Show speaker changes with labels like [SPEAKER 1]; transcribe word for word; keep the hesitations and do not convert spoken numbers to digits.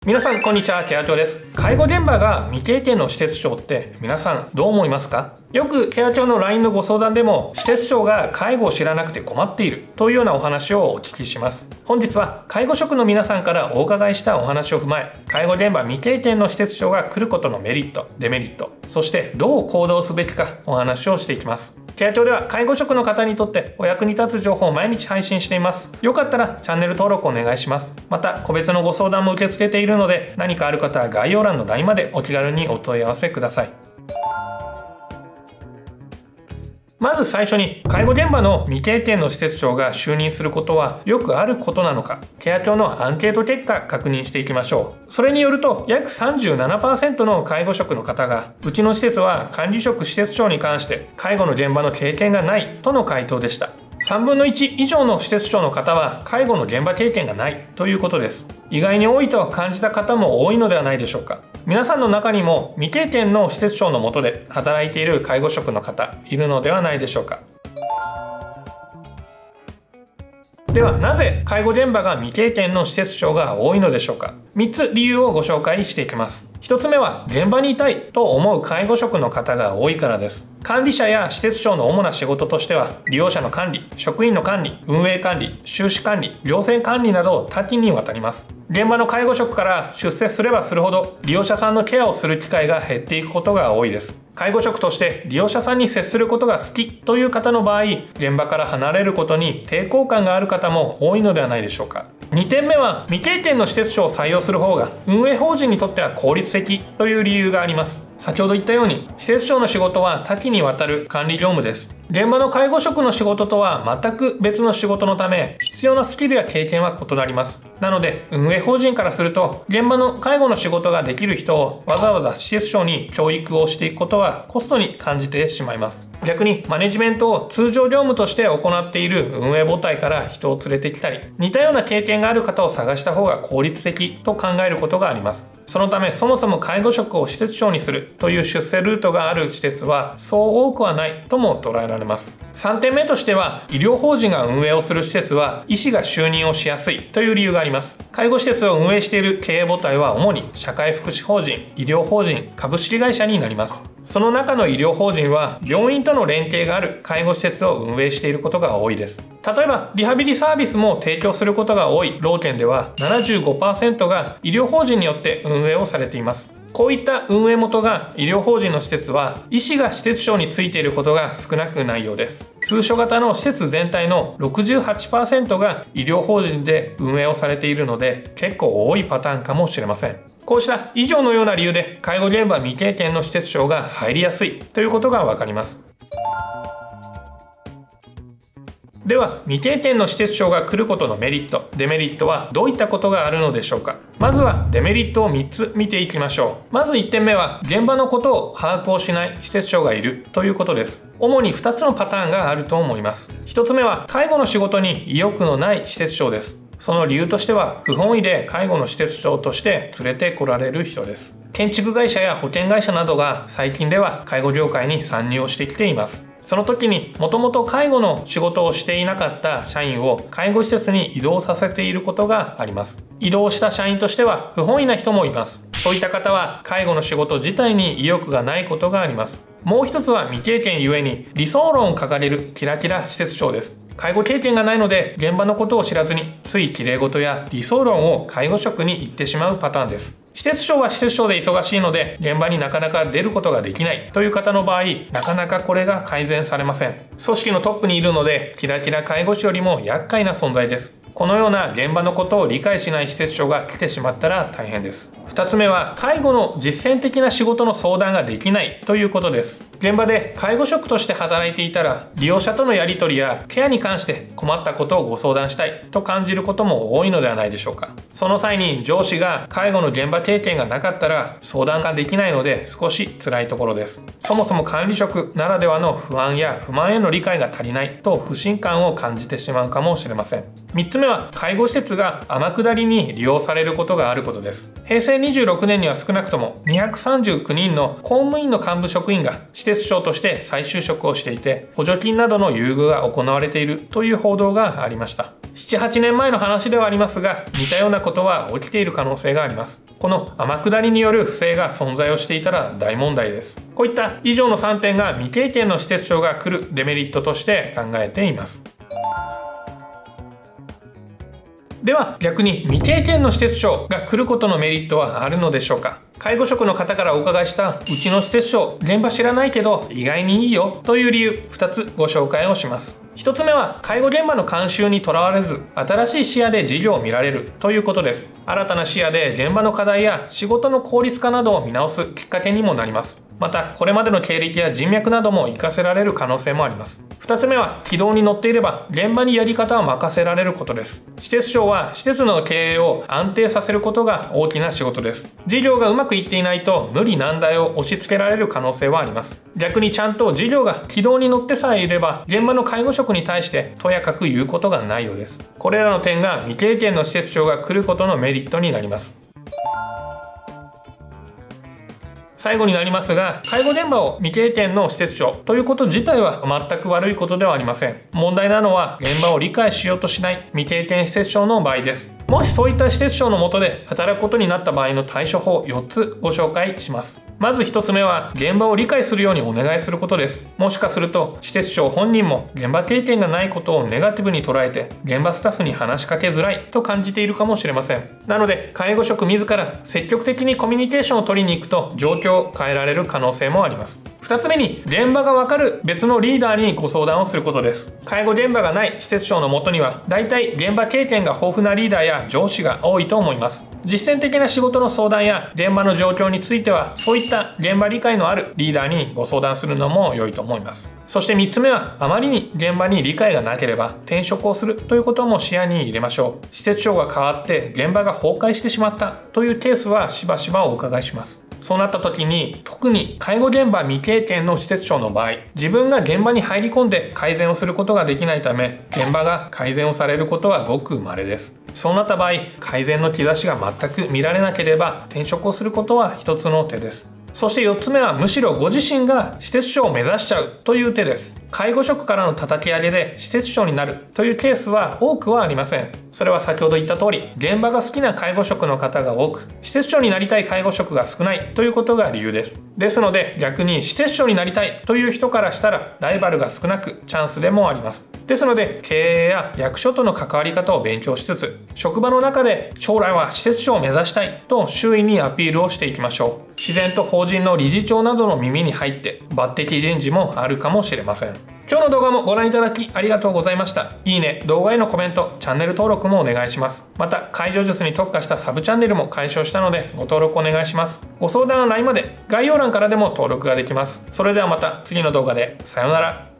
[SPEAKER 1] 皆さんこんにちは、ケア長です。介護現場が未経験の施設長って皆さんどう思いますか？よくケア長の ライン のご相談でも、施設長が介護を知らなくて困っているというようなお話をお聞きします。本日は介護職の皆さんからお伺いしたお話を踏まえ、介護現場未経験の施設長が来ることのメリット、デメリット、そしてどう行動すべきかお話をしていきます。ケア長では介護職の方にとってお役に立つ情報を毎日配信しています。よかったらチャンネル登録お願いします。また個別のご相談も受け付けているので、何かある方は概要欄の ライン までお気軽にお問い合わせください。まず最初に、介護現場の未経験の施設長が就任することはよくあることなのか、ケア長のアンケート結果確認していきましょう。それによると、約 さんじゅうななパーセント の介護職の方が、うちの施設は管理職施設長に関して介護の現場の経験がないとの回答でした。さんぶんのいち以上の施設長の方は介護の現場経験がないということです。意外に多いと感じた方も多いのではないでしょうか。皆さんの中にも未経験の施設長の下で働いている介護職の方いるのではないでしょうか。では、なぜ介護現場が未経験の施設長が多いのでしょうか。みっつ理由をご紹介していきます。ひとつめは、現場にいたいと思う介護職の方が多いからです。管理者や施設長の主な仕事としては、利用者の管理、職員の管理、運営管理、収支管理、行政管理など多岐にわたります。現場の介護職から出世すればするほど、利用者さんのケアをする機会が減っていくことが多いです。介護職として利用者さんに接することが好きという方の場合、現場から離れることに抵抗感がある方も多いのではないでしょうか。にてんめは、未経験の施設長を採用する方が運営法人にとっては効率的という理由があります。先ほど言ったように、施設長の仕事は多岐にわたる管理業務です。現場の介護職の仕事とは全く別の仕事のため、必要なスキルや経験は異なります。なので、運営法人からすると、現場の介護の仕事ができる人をわざわざ施設長に教育をしていくことはコストに感じてしまいます。逆に、マネジメントを通常業務として行っている運営母体から人を連れてきたり、似たような経験がある方を探した方が効率的と考えることがあります。そのため、そもそも介護職を施設長にするという出世ルートがある施設はそう多くはないとも捉えられます。さんてんめとしては、医療法人が運営をする施設は医師が就任をしやすいという理由があります。介護施設を運営している経営母体は主に社会福祉法人、医療法人、株式会社になります。その中の医療法人は病院との連携がある介護施設を運営していることが多いです。例えば、リハビリサービスも提供することが多い老健では ななじゅうごパーセント が医療法人によって運営をされています。こういった運営元が医療法人の施設は、医師が施設長についていることが少なくないようです。通所型の施設全体の ろくじゅうはちパーセント が医療法人で運営をされているので、結構多いパターンかもしれません。こうした以上のような理由で、介護現場未経験の施設長が入りやすいということがわかります。では、未経験の施設長が来ることのメリット、デメリットはどういったことがあるのでしょうか。まずはデメリットをみっつ見ていきましょう。まずいってんめは、現場のことを把握をしない施設長がいるということです。主にふたつのパターンがあると思います。ひとつめは、介護の仕事に意欲のない施設長です。その理由としては、不本意で介護の施設長として連れてこられる人です。建築会社や保険会社などが最近では介護業界に参入をしてきています。その時に、もともと介護の仕事をしていなかった社員を介護施設に移動させていることがあります。移動した社員としては不本意な人もいます。そういった方は介護の仕事自体に意欲がないことがあります。もう一つは、未経験ゆえに理想論を掲げるキラキラ施設長です。介護経験がないので、現場のことを知らずについ綺麗事や理想論を介護職に言ってしまうパターンです。施設長は施設長で忙しいので、現場になかなか出ることができないという方の場合、なかなかこれが改善されません。組織のトップにいるので、キラキラ介護士よりも厄介な存在です。このような現場のことを理解しない施設長が来てしまったら大変です。ふたつめは、介護の実践的な仕事の相談ができないということです。現場で介護職として働いていたら、利用者とのやり取りやケアに関して困ったことをご相談したいと感じることも多いのではないでしょうか。その際に上司が介護の現場経験がなかったら相談ができないので、少し辛いところです。そもそも管理職ならではの不安や不満への理解が足りないと不信感を感じてしまうかもしれません。みっつめは、介護施設が天下りに利用されることがあることです。へいせいにじゅうろくねんには少なくともにひゃくさんじゅうきゅうにんの公務員の幹部職員が施設長として再就職をしていて、補助金などの優遇が行われているという報道がありました。施ななはちねんまえの話ではありますが、似たようなことは起きている可能性があります。この天下りによる不正が存在をしていたら大問題です。こういった以上のさんてんが未経験の施設長が来るデメリットとして考えています。では逆に未経験の施設長が来ることのメリットはあるのでしょうか。介護職の方からお伺いしたうちの施設長現場知らないけど意外にいいよという理由ふたつご紹介をします。ひとつめは介護現場の慣習にとらわれず新しい視野で事業を見られるということです。新たな視野で現場の課題や仕事の効率化などを見直すきっかけにもなります。またこれまでの経歴や人脈なども活かせられる可能性もあります。ふたつめは軌道に乗っていれば現場にやり方を任せられることです。施設長は施設の経営を安定させることが大きな仕事です。事業がうまくいっていないと無理難題を押し付けられる可能性はあります。逆にちゃんと事業が軌道に乗ってさえいれば現場の介護職に対してとやかく言うことがないようです。これらの点が未経験の施設長が来ることのメリットになります。最後になりますが、介護現場を未経験の施設長ということ自体は全く悪いことではありません。問題なのは現場を理解しようとしない未経験施設長の場合です。もしそういった施設長の下で働くことになった場合の対処法よっつご紹介します。まずひとつめは現場を理解するようにお願いすることです。もしかすると施設長本人も現場経験がないことをネガティブに捉えて現場スタッフに話しかけづらいと感じているかもしれません。なので介護職自ら積極的にコミュニケーションを取りに行くと状況を変えられる可能性もあります。ふたつめに現場がわかる別のリーダーにご相談をすることです。介護現場がない施設長のもとにはだいたい現場経験が豊富なリーダーや上司が多いと思います。実践的な仕事の相談や現場の状況についてはそういった現場理解のあるリーダーにご相談するのも良いと思います。そしてみっつめはあまりに現場に理解がなければ転職をするということも視野に入れましょう。施設長が変わって現場が崩壊してしまったというケースはしばしばお伺いします。そうなった時に特に介護現場未経験の施設長の場合、自分が現場に入り込んで改善をすることができないため現場が改善をされることはごく稀です。そうなった場合改善の兆しが全く見られなければ転職をすることは一つの手です。そしてよっつめはむしろご自身が施設長を目指しちゃうという手です。介護職からの叩き上げで施設長になるというケースは多くはありません。それは先ほど言った通り現場が好きな介護職の方が多く施設長になりたい介護職が少ないということが理由です。ですので逆に施設長になりたいという人からしたらライバルが少なくチャンスでもあります。ですので経営や役所との関わり方を勉強しつつ職場の中で将来は施設長を目指したいと周囲にアピールをしていきましょう。自然と法人の理事長などの耳に入って抜擢人事もあるかもしれません。今日の動画もご覧いただきありがとうございました。いいね、動画へのコメント、チャンネル登録もお願いします。また介助術に特化したサブチャンネルも開設したのでご登録お願いします。ご相談は ライン まで概要欄からでも登録ができます。それではまた次の動画でさようなら。